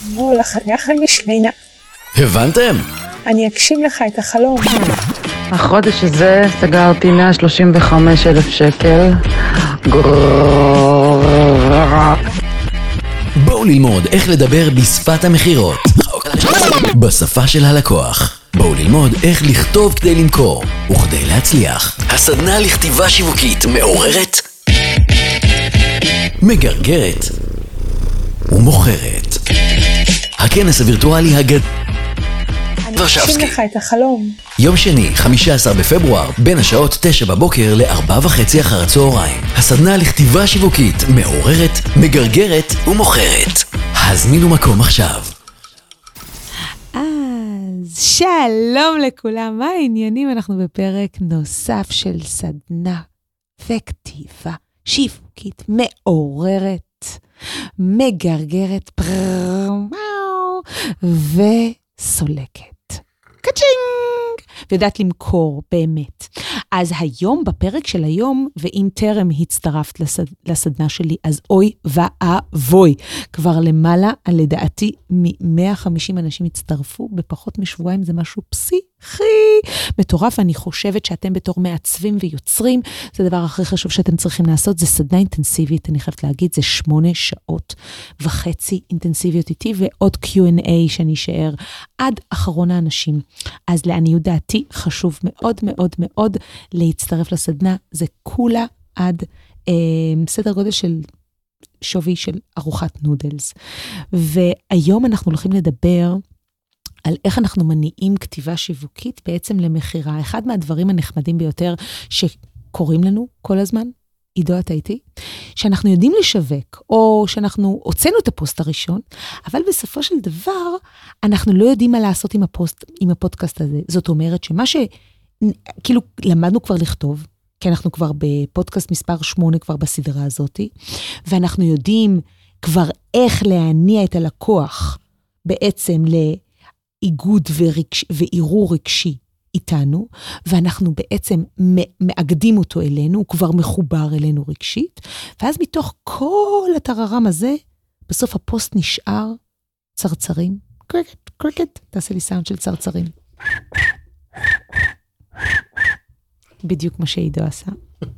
בוא לחיים שלינה. הבנתם? אני אגשים לך את החלום. החודש הזה סגרתי 135,000 שקל. בואו ללמוד איך לדבר בשפת המחירות. בשפה של הלקוח. בואו ללמוד איך לכתוב כדי למכור וכדי להצליח. הסדנה לכתיבה שיווקית מעוררת, מגרגרת ומוכרת. הכנס הווירטואלי אני אגשים לך את החלום. יום שני, 15 בפברואר, בין השעות 9 בבוקר ל4:30 אחר הצהריים. הסדנה לכתיבה שיווקית מעוררת, מגרגרת ומוכרת. הזמינו מקום עכשיו. אז שלום לכולם, מה העניינים? אנחנו בפרק נוסף של סדנה וכתיבה שיווקית מעוררת, מגרגרת וסולקת. קצ'ינג! ויודעת למכור באמת. אז היום, בפרק של היום, ואם טרם הצטרפת לסדנה שלי, אז אוי ואבוי. כבר למעלה, לדעתי, מ-150 אנשים הצטרפו, בפחות משבועיים זה משהו פסיכי. מטורף, אני חושבת שאתם בתור מעצבים ויוצרים, זה הדבר הכי חשוב שאתם צריכים לעשות, זה סדנה אינטנסיבית, אני חייבת להגיד, זה 8 שעות וחצי אינטנסיביות איתי, ועוד Q&A שאני אשאר עד אחרון האנשים. אז לעניות דעתי חשוב מאוד מאוד מאוד להצטרף לסדנה, זה כולה עד סדר גודל של שווי של ארוחת נודלס. והיום אנחנו הולכים לדבר על איך אנחנו מניעים כתיבה שיווקית בעצם למחירה. אחד מהדברים הנחמדים ביותר שקוראים לנו כל הזמן, עידו אתה איתי, שאנחנו יודעים לשווק, או שאנחנו הוצאנו את הפוסט הראשון, אבל בסופו של דבר, אנחנו לא יודעים מה לעשות עם הפודקאסט הזה. זאת אומרת שמה כאילו למדנו כבר לכתוב, כי אנחנו כבר בפודקאסט מספר 8 כבר בסדרה הזאת, ואנחנו יודעים כבר איך להניע את הלקוח, בעצם לאיגוד ועירור רגשי, איתנו, ואנחנו בעצם מאגדים אותו אלינו, הוא כבר מחובר אלינו רגשית, ואז מתוך כל הטררם הזה, בסוף הפוסט נשאר צרצרים. קריקט, קריקט, תעשה לי סאונד של צרצרים. בדיוק מה שעידו עשה.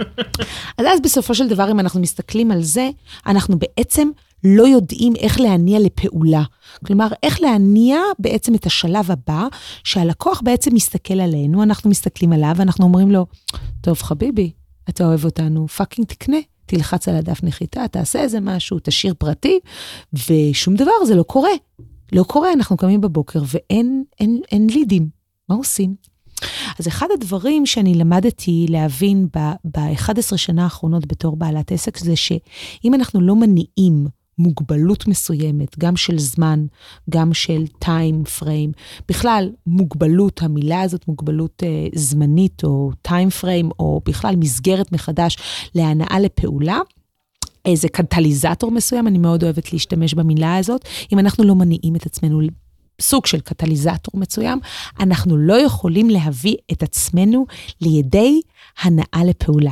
אז בסופו של דבר, אם אנחנו מסתכלים על זה, אנחנו בעצם לא יודעים איך להניע לפעולה. כלומר, איך להניע בעצם את השלב הבא, שהלקוח בעצם מסתכל עלינו, אנחנו מסתכלים עליו, ואנחנו אומרים לו, טוב חביבי, אתה אוהב אותנו, פאקינג תקנה, תלחץ על הדף נחיתה, תעשה איזה משהו, תשאיר פרטי, ושום דבר, זה לא קורה. לא קורה, אנחנו קמים בבוקר, ואין לידים. מה עושים? אז אחד הדברים שאני למדתי להבין ב-11 שנה האחרונות בתור בעלת עסק, זה שאם אנחנו לא מניעים מוגבלות מסוימת, גם של זמן, גם של time frame, בכלל מוגבלות, המילה הזאת מוגבלות זמנית או time frame, או בכלל מסגרת מחדש להנאה לפעולה, איזה קטליזטור מסוים, אני מאוד אוהבת להשתמש במילה הזאת, אם אנחנו לא מניעים את עצמנו סוג של קטליזטור מסוים, אנחנו לא יכולים להביא את עצמנו לידי הנאה לפעולה.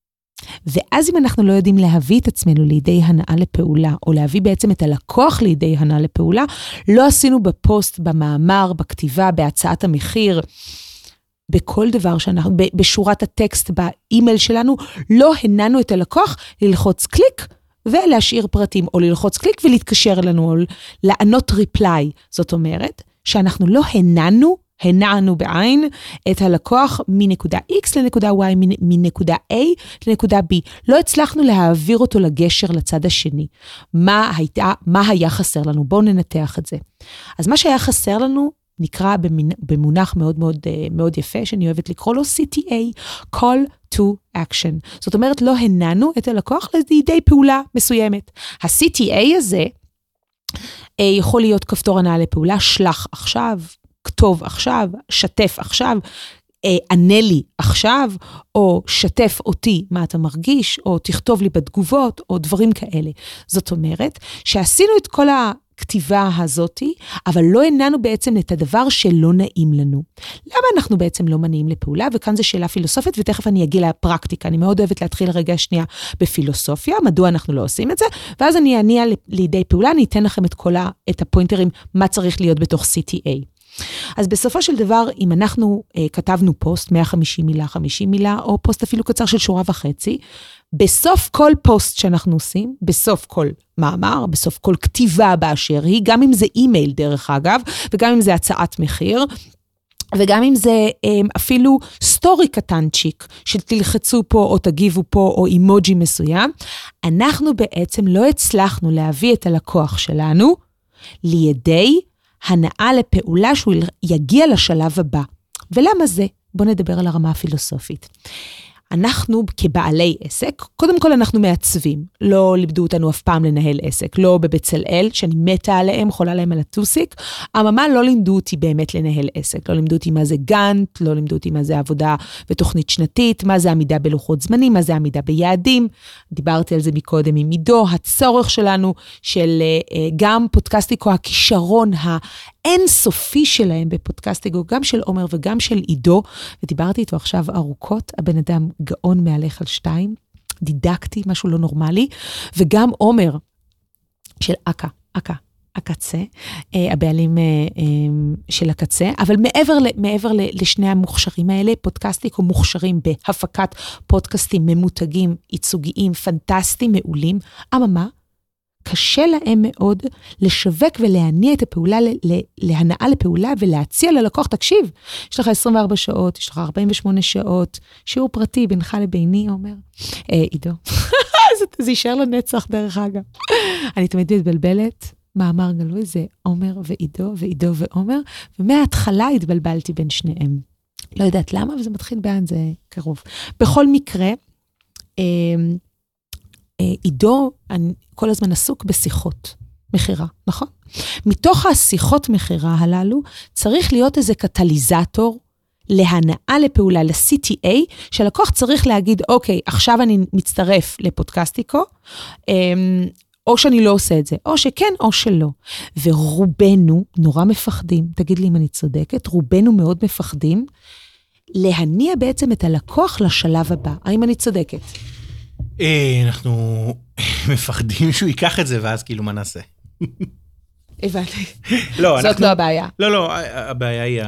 ואז אם אנחנו לא יודעים להביא את עצמנו לידי הנאה לפעולה, או להביא בעצם את הלקוח לידי הנאה לפעולה, לא עשינו בפוסט, במאמר, בכתיבה, בהצעת המחיר, בכל דבר שאנחנו, בשורת הטקסט, באימייל שלנו, לא הנענו את הלקוח ללחוץ קליק, ולהשאיר פרטים, או ללחוץ קליק ולהתקשר אלינו, או לענות ריפליי. זאת אומרת, שאנחנו לא הנענו בעין את הלקוח מנקודה X לנקודה Y, מנקודה A לנקודה B. לא הצלחנו להעביר אותו לגשר לצד השני. מה היה חסר לנו? בואו ננתח את זה. אז מה שהיה חסר לנו, נקרא במונח מאוד מאוד מאוד יפה, שאני אוהבת לקרוא לו CTA, Call to Action. זאת אומרת, לא הנענו את הלקוח לידי פעולה מסוימת. ה-CTA הזה יכול להיות כפתור הנעה לפעולה, שלח עכשיו, כתוב עכשיו, שתף עכשיו, ענה לי עכשיו, או שתף אותי מה אתה מרגיש, או תכתוב לי בתגובות, או דברים כאלה. זאת אומרת, שעשינו את כל הכתיבה הזאת, אבל לא הנענו בעצם את הדבר שלא נעים לנו. למה אנחנו בעצם לא מניעים לפעולה? וכאן זו שאלה פילוסופית, ותכף אני אגיע לפרקטיקה. אני מאוד אוהבת להתחיל רגע השנייה בפילוסופיה, מדוע אנחנו לא עושים את זה, ואז אני אניע לידי פעולה, אני אתן לכם את הפוינטרים, מה צריך להיות בתוך CTA. אז בסופו של דבר, אם אנחנו כתבנו פוסט, 150 מילה, 50 מילה, או פוסט אפילו קצר של שורה וחצי, בסוף כל פוסט שאנחנו עושים, בסוף כל מאמר, בסוף כל כתיבה באשר היא, גם אם זה אימייל דרך אגב, וגם אם זה הצעת מחיר, וגם אם זה אפילו סטורי קטנצ'יק, שתלחצו פה או תגיבו פה או אימוג'י מסוים, אנחנו בעצם לא הצלחנו להביא את הלקוח שלנו לידי הנאה לפעולה שהוא יגיע לשלב הבא. ולמה זה? בואו נדבר על הרמה הפילוסופית. אנחנו כבעלי עסק, קודם כל אנחנו מעצבים, לא לימדו אותנו אף פעם לנהל עסק, לא בבצלאל, שאני מתה עליהם, חולה להם על הטוסיק, אממה לא לימדו אותי באמת לנהל עסק, לא לימדו אותי מה זה גאנט, לא לימדו אותי מה זה עבודה ותוכנית שנתית, מה זה עמידה בלוחות זמנים, מה זה עמידה ביעדים, דיברתי על זה מקודם עם עידו, הצורך שלנו של גם פודקאסטיקו, הכישרון האינסופי שלהם בפודקאסטיקו, גם של עומר וגם של עידו, ודיברתי איתו עכשיו ארוכות, הבן אדם גאון מהלך על 2, דידקטי, משהו לא נורמלי, וגם עומר של הקצה, הבעלים של הקצה, אבל מעבר לשני המוכשרים האלה, פודקאסטיקו מוכשרים בהפקת פודקאסטים ממותגים, ייצוגיים, פנטסטיים, מעולים, אממה, קשה להם מאוד לשווק ולהניע את הפעולה, להנאה לפעולה ולהציע ללקוח, תקשיב, יש לך 24 שעות, יש לך 48 שעות, שיעור פרטי בינך לביני, אומר, עידו, זה יישאר לנצח דרך אגב. אני תמיד מתבלבלת, מאמר גלוי זה עומר ועידו, ועידו ועומר, ומההתחלה התבלבלתי בין שניהם. לא יודעת למה, וזה מתחיל בעין, זה קרוב. בכל מקרה, עידו כל הזמן עסוק בשיחות מחירה, נכון? מתוך השיחות מחירה הללו, צריך להיות איזה קטליזטור להנאה לפעולה, ל-CTA, שהלקוח צריך להגיד, אוקיי, עכשיו אני מצטרף לפודקאסטיקו, או שאני לא עושה את זה, או שכן או שלא. ורובנו נורא מפחדים, תגיד לי אם אני צודקת, רובנו מאוד מפחדים, להניע בעצם את הלקוח לשלב הבא. האם אני צודקת? אנחנו מפחדים שהוא ייקח את זה, ואז כאילו מה נעשה? הבנתי. זאת לא הבעיה. לא, הבעיה היא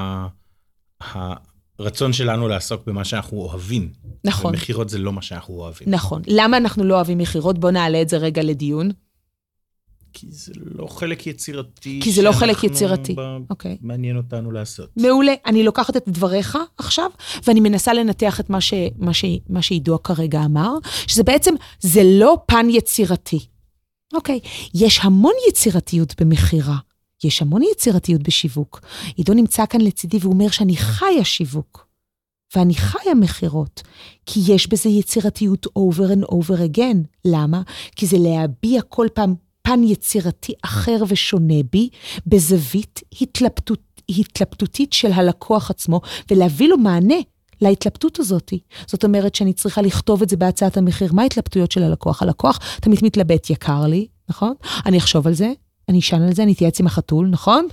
הרצון שלנו לעסוק במה שאנחנו אוהבים. נכון. ומחירות זה לא מה שאנחנו אוהבים. נכון. למה אנחנו לא אוהבים מחירות? בוא נעלה את זה רגע לדיון. כי זה לא חלק יצירתי. כי זה לא חלק יצירתי. אוקיי. מעניין אותנו לעשות. מעולה. אני לוקחת את דבריך עכשיו, ואני מנסה לנתח את מה שעידו כרגע אמר, שזה בעצם, זה לא פן יצירתי. אוקיי. יש המון יצירתיות במחירה. יש המון יצירתיות בשיווק. עידו נמצא כאן לצידי והוא אומר שאני חיה שיווק. ואני חיה מחירות. כי יש בזה יצירתיות over and over again. למה? כי זה להביע כל פעם פן יצירתי אחר ושונה בי, בזווית התלבטותית של הלקוח עצמו, ולהביא לו מענה להתלבטות הזאת. זאת אומרת שאני צריכה לכתוב את זה בהצעת המחיר. מה ההתלבטויות של הלקוח? הלקוח תמיד מתלבט, יקר לי, נכון? אני אחשוב על זה, אני אשן על זה, אני אתייעץ עם החתול, נכון?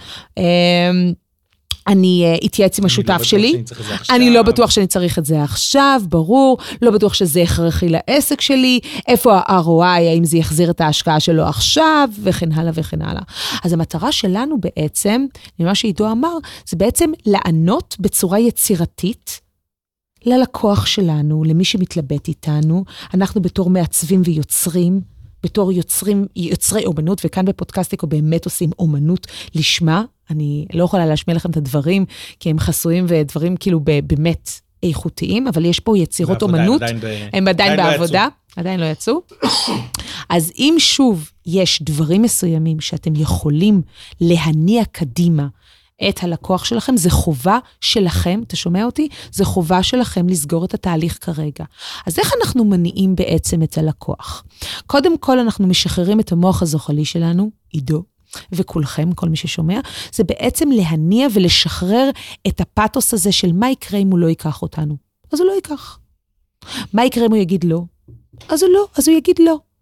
אני אתייעץ עם השותף שלי, אני לא בטוח שאני צריך את זה עכשיו, ברור, לא בטוח שזה הכרחי לעסק שלי, איפה ה-ROI, האם זה יחזיר את ההשקעה שלו עכשיו, וכן הלאה וכן הלאה. אז המטרה שלנו בעצם, ממה שעידו אמר, זה בעצם לענות בצורה יצירתית, ללקוח שלנו, למי שמתלבט איתנו, אנחנו בתור מעצבים ויוצרים, בתור יוצרי אומנות, וכאן בפודקאסטיקו באמת עושים אומנות לשמה, אני לא יכולה להשמיע לכם את הדברים, כי הם חסויים ודברים כאילו באמת איכותיים, אבל יש פה יצירות אומנות, הם עדיין בעבודה, עדיין לא יצאו. אז אם שוב יש דברים מסוימים שאתם יכולים להניע קדימה את הלקוח שלכם, זה חובה שלכם, אתה שומע אותי? זה חובה שלכם לסגור את התהליך כרגע. אז איך אנחנו מניעים בעצם את הלקוח? קודם כל אנחנו משחררים את המוח הזוחלי שלנו, עידו, וכולכם, כל מי ששומע, זה בעצם להניע ולשחרר את הפאטוס הזה של מה יקרה אם הוא לא ייקח אותנו. אז הוא לא ייקח. מה יקרה אם הוא יגיד לא? אז הוא לא, אז הוא יגיד לא.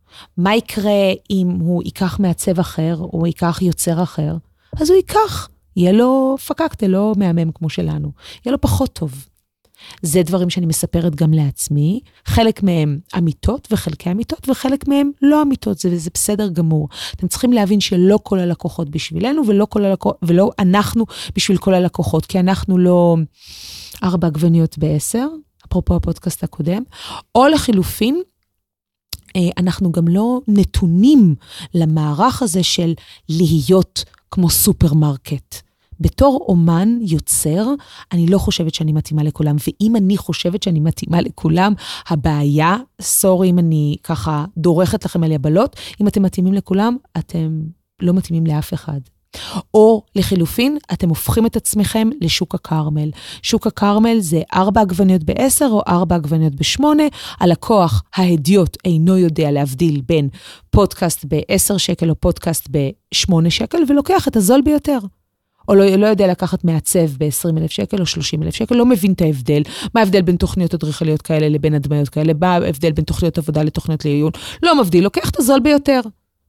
מה יקרה אם הוא ייקח מעצב אחר, או ייקח יוצר אחר? אז הוא ייקח, יהיה לו פקקטה, לא מהמם כמו שלנו, יהיה לו פחות טוב. זה דברים שאני מספרת גם לעצמי, חלק מהם אמיתות וחלקי אמיתות, וחלק מהם לא אמיתות, זה בסדר גמור. אתם צריכים להבין שלא כל הלקוחות בשבילנו, ולא אנחנו בשביל כל הלקוחות, כי אנחנו לא 4 עגבניות ב10, אפרופו הפודקאסט הקודם, או לחילופין, אנחנו גם לא נתונים למערך הזה של להיות כמו סופרמרקט. בתור אומן יוצר, אני לא חושבת שאני מתאימה לכולם, ואם אני חושבת שאני מתאימה לכולם, הבעיה, סורי אם אני ככה דורכת לכם על יבלות, אם אתם מתאימים לכולם, אתם לא מתאימים לאף אחד. או לחילופין, אתם הופכים את עצמכם לשוק הקרמל. שוק הקרמל זה 4 עגבניות ב10 או 4 עגבניות ב8, הלקוח ההדיוט אינו יודע להבדיל בין פודקאסט ב10 שקל או פודקאסט ב8 שקל, ולוקח את הזול ביותר. או לא יודע לקחת מעצב ב-20,000 שקל או 30,000 שקל, לא מבין את ההבדל. מה ההבדל בין תוכניות אדריכליות כאלה לבין הדמיות כאלה? מה ההבדל בין תוכניות עבודה לתוכניות לעיון? לא מבדיל, לוקח את הזול ביותר.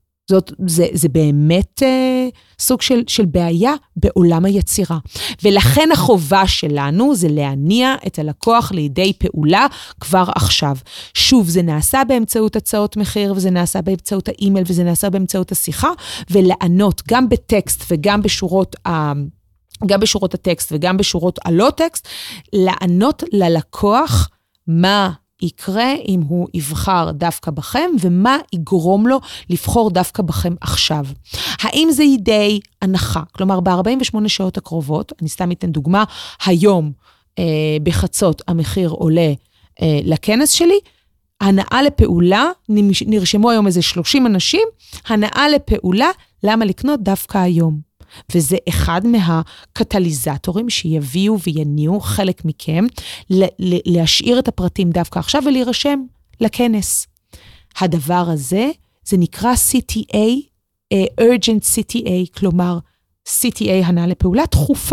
זה באמת סוג של בעיה בעולם היצירה. ולכן החובה שלנו זה להניע את הלקוח לידי פעולה כבר עכשיו. שוב, זה נעשה באמצעות הצעות מחיר, וזה נעשה באמצעות האימייל, וזה נעשה באמצעות השיחה, ולענות גם בטקסט וגם בשורות גם בשורות הטקסט וגם בשורות הלא טקסט, לענות ללקוח מה יקרה אם הוא יבחר דווקא בכם, ומה יגרום לו לבחור דווקא בכם עכשיו. האם זה ידי הנחה? כלומר, ב-48 שעות הקרובות, אני סתם אתן דוגמה, היום בחצות המחיר עולה לכנס שלי, הנאה לפעולה, נרשמו היום איזה 30 אנשים, הנאה לפעולה, למה לקנות דווקא היום? וזה אחד מהקטליזטורים שיביאו ויניעו חלק מכם להשאיר את הפרטים דווקא עכשיו ולהירשם לכנס. הדבר הזה, זה נקרא CTA, Urgent CTA, כלומר CTA הנעה לפעולה דחופה.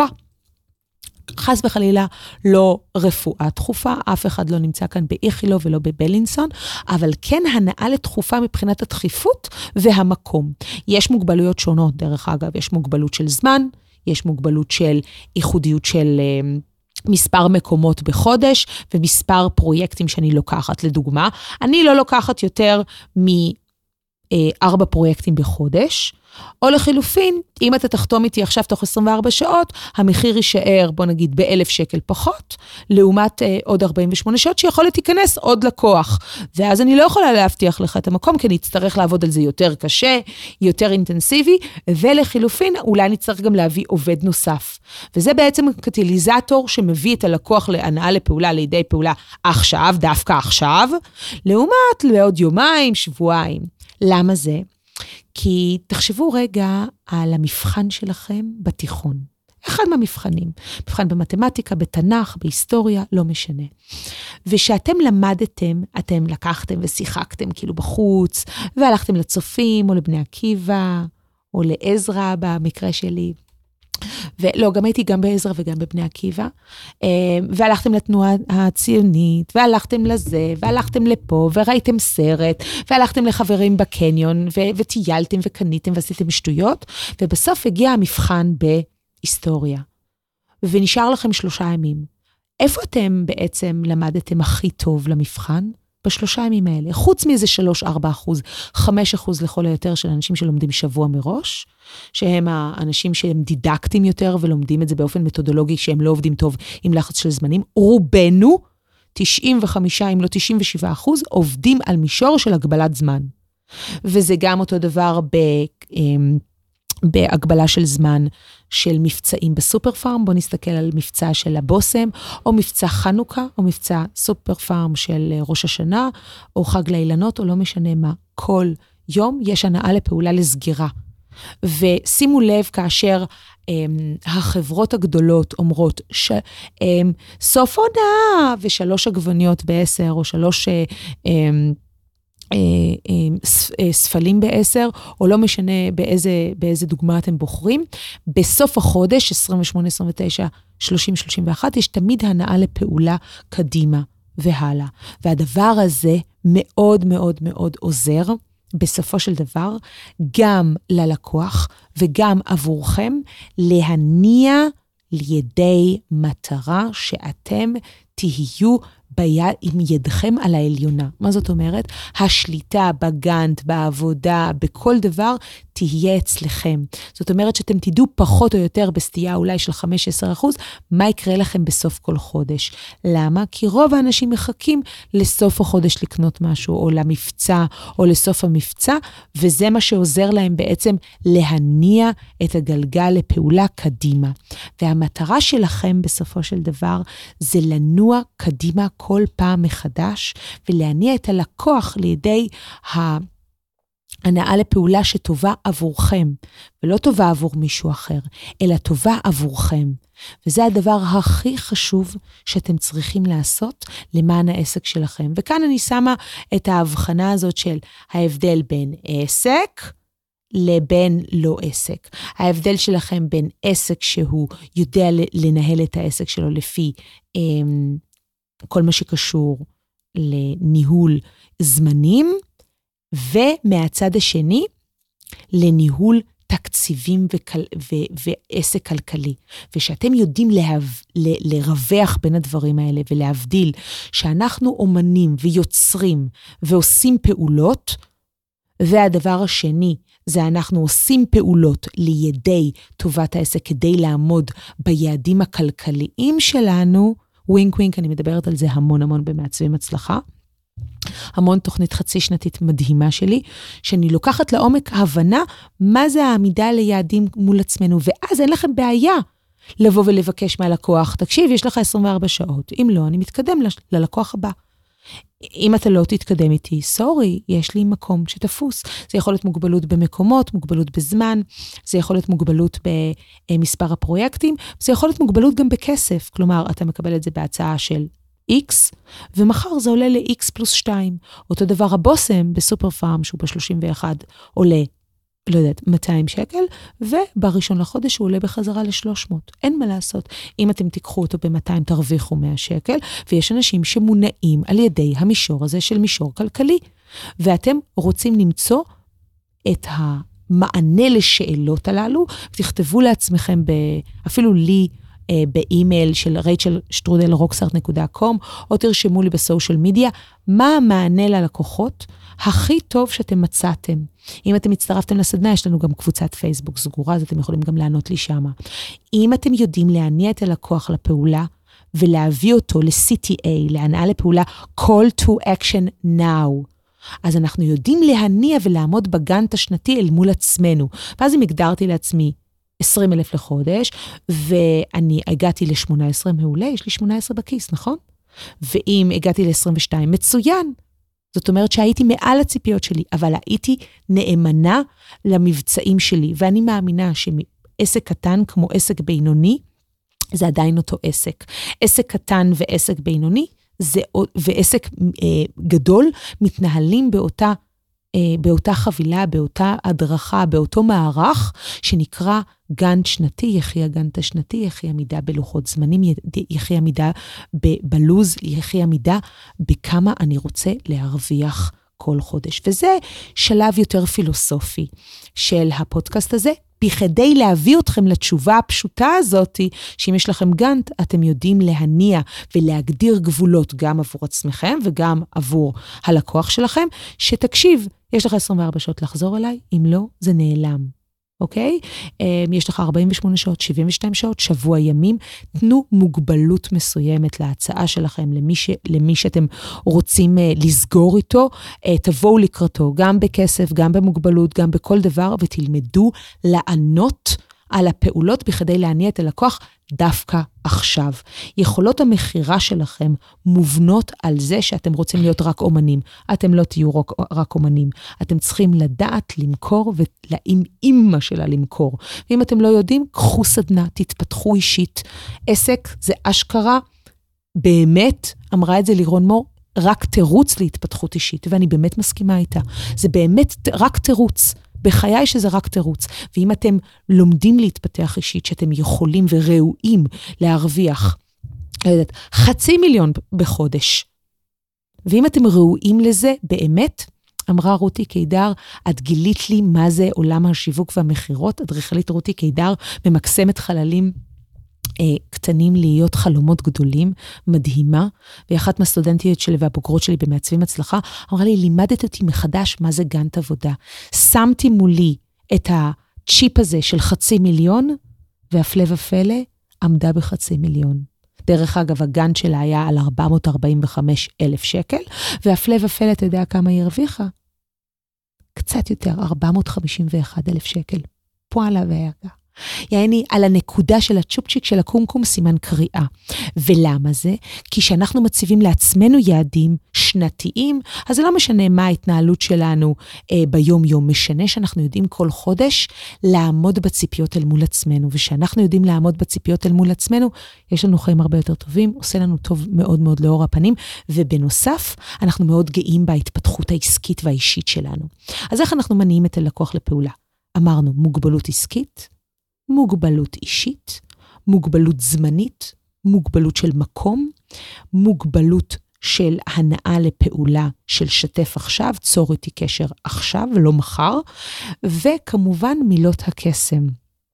חס וחלילה לא רפואה דחופה, אף אחד לא נמצא כאן באיכילו ולא בבלינסון, אבל כן הנאה לתחופה מבחינת הדחיפות והמקום. יש מוגבלויות שונות, דרך אגב, יש מוגבלות של זמן, יש מוגבלות של ייחודיות של מספר מקומות בחודש, ומספר פרויקטים שאני לוקחת. לדוגמה, אני לא לוקחת יותר מ4 פרויקטים בחודש, או לחילופין, אם אתה תחתום איתי עכשיו תוך 24 שעות, המחיר יישאר, בוא נגיד, ב1,000 שקל פחות, לעומת עוד 48 שעות שיכול להתיכנס עוד לקוח. ואז אני לא יכולה להבטיח לך את המקום, כי אני אצטרך לעבוד על זה יותר קשה, יותר אינטנסיבי, ולחילופין, אולי נצטרך גם להביא עובד נוסף. וזה בעצם קטליזטור שמביא את הלקוח להנאה לפעולה, לידי פעולה עכשיו, דווקא עכשיו, לעומת לעוד יומיים, שבועיים. למה זה? כי תחשבו רגע על המבחן שלכם בתיכון. אחד מהמבחנים. מבחן במתמטיקה, בתנ"ך, בהיסטוריה, לא משנה. ושאתם למדתם, אתם לקחתם ושיחקתם כאילו בחוץ, והלכתם לצופים, או לבני עקיבא, או לעזרא במקרה שלי. ולא, גם הייתי גם בעזרא וגם בבני עקיבא, והלכתם לתנועה הציונית, והלכתם לזה, והלכתם לפה, וראיתם סרט, והלכתם לחברים בקניון, וטיילתם וקניתם ועשיתם שטויות, ובסוף הגיע המבחן בהיסטוריה. ונשאר לכם 3 ימים. איפה אתם בעצם למדתם הכי טוב למבחן? ב3 ימים האלה. חוץ מאיזה 3-4%, 5% לכל היותר של אנשים שלומדים שבוע מראש, שהם האנשים שהם דידקטים יותר ולומדים את זה באופן מתודולוגי, שהם לא עובדים טוב עם לחץ של זמנים. רובנו, 95 אם לא 97%, עובדים על מישור של הגבלת זמן. וזה גם אותו דבר בהגבלה של זמן של מבצעים בסופר פארם. בוא נסתכל על מבצע של הבוסם, או מבצע חנוכה, או מבצע סופר פארם של ראש השנה, או חג לאילנות, או לא משנה מה. כל יום יש הנאה לפעולה לסגירה. ושימו לב כאשר החברות הגדולות אומרות סוף עונה, ו3 עגבניות ב10, או 3 ספלים ב10, או לא משנה באיזה דוגמה אתם בוחרים, בסוף החודש, 28, 29, 30, 31, יש תמיד הנאה לפעולה קדימה והלאה. והדבר הזה מאוד מאוד מאוד עוזר בסופו של דבר, גם ללקוח וגם עבורכם, להניע לידי מטרה שאתם תהיו עם ידכם על העליונה. מה זאת אומרת? השליטה בגנט, בעבודה, בכל דבר, תהיה אצלכם. זאת אומרת שאתם תדעו פחות או יותר בסטייה אולי של 5-10%, מה יקרה לכם בסוף כל חודש. למה? כי רוב האנשים מחכים לסוף החודש לקנות משהו, או למבצע, או לסוף המבצע, וזה מה שעוזר להם בעצם להניע את הגלגל לפעולה קדימה. והמטרה שלכם בסופו של דבר, זה לנוע קדימה כל פעם מחדש, ולהניע את הלקוח לידי הנאה לפעולה שטובה עבורכם, ולא טובה עבור מישהו אחר, אלא טובה עבורכם. וזה הדבר הכי חשוב שאתם צריכים לעשות למען העסק שלכם. וכאן אני שמה את ההבחנה הזאת של ההבדל בין עסק לבין לא עסק. ההבדל שלכם בין עסק שהוא יודע לנהל את העסק שלו לפי כל מה שקשור לניהול זמנים, ומהצד השני, לניהול תקציבים ועסק כלכלי. ושאתם יודעים לרווח בין הדברים האלה, ולהבדיל שאנחנו אומנים ויוצרים ועושים פעולות, והדבר השני, זה אנחנו עושים פעולות לידי טובת העסק, כדי לעמוד ביעדים הכלכליים שלנו, ווינק ווינק, אני מדברת על זה המון במעצבים הצלחה, המון תוכנית חצי שנתית מדהימה שלי, שאני לוקחת לעומק הבנה, מה זה העמידה ליעדים מול עצמנו, ואז אין לכם בעיה לבוא ולבקש מהלקוח, תקשיב, יש לך 24 שעות, אם לא, אני מתקדם ללקוח הבא. אם אתה לא תתקדם איתי, סורי, יש לי מקום שתפוס. זה יכול להיות מוגבלות במקומות, מוגבלות בזמן, זה יכול להיות מוגבלות במספר הפרויקטים, זה יכול להיות מוגבלות גם בכסף, כלומר, אתה מקבל את זה בהצעה של X, ומחר זה עולה ל-X פלוס 2. אותו דבר הבוסם בסופר פארם, שהוא ב-31, עולה, לא יודעת, 200 שקל, ובראשון לחודש הוא עולה בחזרה ל-300. אין מה לעשות. אם אתם תיקחו אותו ב-200, תרוויחו 100 שקל, ויש אנשים שמונעים על ידי המישור הזה של מישור כלכלי. ואתם רוצים למצוא את המענה לשאלות הללו, ותכתבו לעצמכם, אפילו לי, באימייל של rachel@rocksart.com, או תרשמו לי בסושיאל מדיה, מה המענה ללקוחות הכי טוב שאתם מצאתם. אם אתם הצטרפתם לסדנה, יש לנו גם קבוצת פייסבוק סגורה, אז אתם יכולים גם לענות לי שמה. אם אתם יודעים להניע את הלקוח לפעולה, ולהביא אותו ל-CTA, להנעה לפעולה, call to action now, אז אנחנו יודעים להניע ולעמוד בגנט השנתי אל מול עצמנו. ואז אם הגדרתי לעצמי 20,000 לחודש, ואני הגעתי ל-18, מעולה, יש לי 18 בכיס, נכון? ואם הגעתי ל-22, מצוין. זאת אומרת שהייתי מעל הציפיות שלי, אבל הייתי נאמנה למבצעים שלי, ואני מאמינה שעסק קטן כמו עסק בינוני, זה עדיין אותו עסק. עסק קטן ועסק בינוני, ועסק גדול, מתנהלים באותה חבילה, באותה הדרכה, באותו מערך, שנקרא גנט שנתי, יחי הגנט השנתי, יחי עמידה בלוחות זמנים, יחי עמידה בלוז, יחי עמידה בכמה אני רוצה להרוויח כל חודש. וזה שלב יותר פילוסופי של הפודקאסט הזה, בכדי להביא אתכם לתשובה הפשוטה הזאת, שאם יש לכם גנט, אתם יודעים להניע ולהגדיר גבולות גם עבור עצמכם וגם עבור הלקוח שלכם, שתקשיב, יש לך 24 שעות לחזור אליי, אם לא, זה נעלם. אוקיי? יש לך 48 שעות, 72 שעות, שבוע ימים, תנו מוגבלות מסוימת להצעה שלכם, למי שאתם רוצים לסגור איתו, תבואו לקראתו, גם בכסף, גם במוגבלות, גם בכל דבר, ותלמדו לענות על הפעולות בכדי להניע את הלקוח דווקא עכשיו. יכולות המחירה שלכם מובנות על זה שאתם רוצים להיות רק אומנים. אתם לא תהיו רק אומנים. אתם צריכים לדעת למכור ולאמא שלה למכור. ואם אתם לא יודעים, קחו סדנה, תתפתחו אישית. עסק זה אשכרה, באמת, אמרה את זה לירון מור, רק תירוץ להתפתחות אישית, ואני באמת מסכימה איתה. זה באמת רק תירוץ. בחיי שזה רק תירוץ. ואם אתם לומדים להתפתח אישית, שאתם יכולים וראויים להרוויח, לא יודעת, 500,000 בחודש. ואם אתם ראויים לזה, באמת, אמרה רותי קידר, את גילית לי מה זה עולם השיווק והמחירות, אדריכלית רותי קידר ממקסמת חללים קטנים להיות חלומות גדולים, מדהימה, ואחת מהסטודנטיות שלי והבוגרות שלי במעצבים הצלחה, אמרה לי, לימדת אותי מחדש מה זה גאנט עבודה. שמתי מולי את הצ'יפ הזה של 500,000, והפלא ופלא עמדה ב500,000. דרך אגב, הגאנט שלה היה על 445,000 שקל, והפלא ופלא, אתה יודע כמה היא הרוויחה? קצת יותר, 451,000 שקל. פועלה והרגע. יעני, על הנקודה של הצ'ופצ'יק של הקומקום סימן קריאה. ולמה זה? כי שאנחנו מציבים לעצמנו יעדים שנתיים, אז זה לא משנה מה ההתנהלות שלנו ביום יום, משנה שאנחנו יודעים כל חודש לעמוד בציפיות אל מול עצמנו, ושאנחנו יודעים לעמוד בציפיות אל מול עצמנו, יש לנו חיים הרבה יותר טובים, עושה לנו טוב מאוד מאוד לאור הפנים, ובנוסף, אנחנו מאוד גאים בהתפתחות העסקית והאישית שלנו. אז איך אנחנו מניעים את הלקוח לפעולה? אמרנו, מוגבלות עסקית, מוגבלות אישית, מוגבלות זמנית, מוגבלות של מקום, מוגבלות של הנאה לפעולה של שתף עכשיו, צור איתי קשר עכשיו ולא מחר, וכמובן מילות הקסם.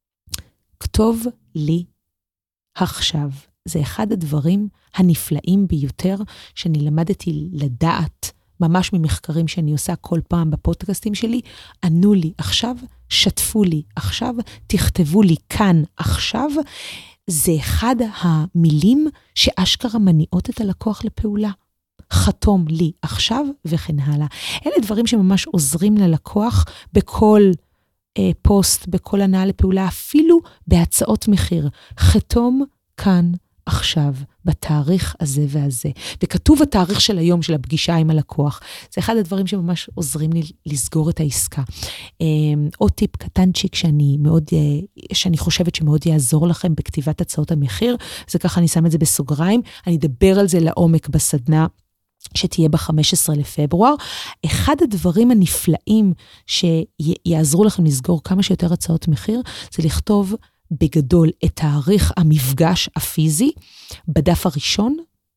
כתוב לי עכשיו. זה אחד הדברים הנפלאים ביותר שאני למדתי לדעת, ממש ממחקרים שאני עושה כל פעם בפודקאסטים שלי, ענו לי עכשיו, שתפו לי עכשיו, תכתבו לי כאן עכשיו, זה אחד המילים שאשכרה מניעות את הלקוח לפעולה. חתום לי עכשיו וכן הלאה. אלה דברים שממש עוזרים ללקוח בכל פוסט, בכל הנעה לפעולה, אפילו בהצעות מחיר. חתום כאן עכשיו, בתאריך הזה והזה. וכתוב התאריך של היום של הפגישה עם הלקוח. זה אחד הדברים שממש עוזרים לי לסגור את העסקה. עוד טיפ קטנצ'יק שאני חושבת שמאוד יעזור לכם בכתיבת הצעות המחיר, זה ככה אני שם את זה בסוגריים, אני אדבר על זה לעומק בסדנה, שתהיה ב-15 לפברואר. אחד הדברים הנפלאים שיעזרו לכם לסגור כמה שיותר הצעות מחיר, זה לכתוב בגדול את תאריך המפגש הפיזי בדף הראשון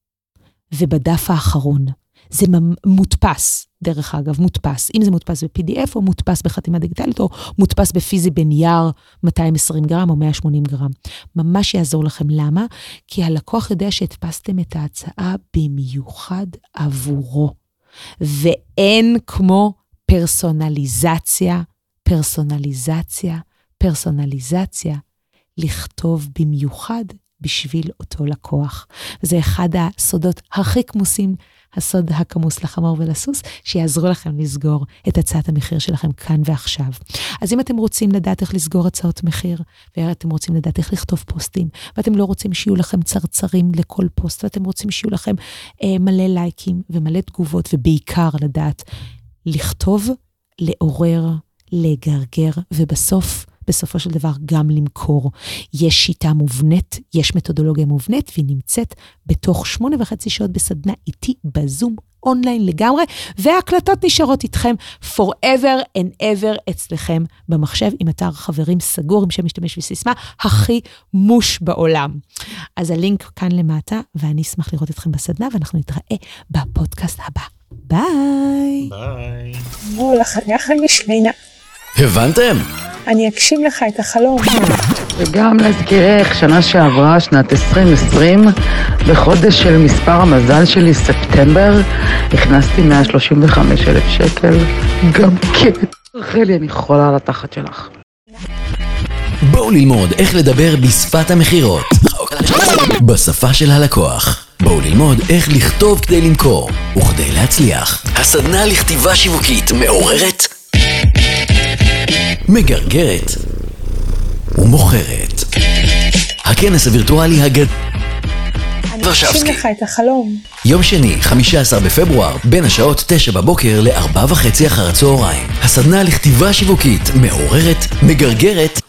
ובדף האחרון. זה מודפס, דרך אגב, מודפס. אם זה מודפס ב-PDF או מודפס בחתימה דיגיטלית או מודפס בפיזי בנייר 220 גרם או 180 גרם. ממש יעזור לכם. למה? כי הלקוח יודע שהדפסתם את ההצעה במיוחד עבורו. ואין כמו פרסונליזציה, לכתוב במיוחד בשביל אותו לקוח. זה אחד הסודות הכי כמוסים, הסוד הכמוס לחמור ולסוס, שיעזרו לכם לסגור את הצעת המחיר שלכם כאן ועכשיו. אז אם אתם רוצים לדעת איך לסגור הצעות מחיר, ואתם רוצים לדעת איך לכתוב פוסטים, ואתם לא רוצים שיהיו לכם צרצרים לכל פוסט, ואתם רוצים שיהיו לכם מלא לייקים ומלא תגובות, ובעיקר לדעת לכתוב, לעורר, לגרגר, בסופו של דבר גם למכור. יש שיטה מובנית, יש מתודולוגיה מובנית, והיא נמצאת בתוך 8.5 שעות בסדנה איתי בזום, אונליין לגמרי, וההקלטות נשארות איתכם forever and ever אצלכם במחשב, עם אתר חברים סגור, עם שם משתמש וסיסמה, הכי מוש בעולם. אז הלינק כאן למטה, ואני אשמח לראות אתכם בסדנה, ואנחנו נתראה בפודקאסט הבא. ביי. ביי. יחד משלינה. הבנתם? אני אגשים לך את החלום. וגם להזכירך, שנה שעברה, שנת 2020, בחודש של מספר המזל שלי, ספטמבר, הכנסתי 135,000 שקל. גם כן. רחלי, אני חולה על התחת שלך. בואו ללמוד איך לדבר בשפת המחירות. בשפה של הלקוח. בואו ללמוד איך לכתוב כדי למכור וכדי להצליח. הסדנה לכתיבה שיווקית מעוררת, מגרגרת ומוכרת. הכנס הווירטואלי אני אגשים לך את החלום. יום שני, 15 בפברואר, בין השעות 9 בבוקר ל4:30 אחר הצהריים. הסדנה לכתיבה שיווקית מעוררת, מגרגרת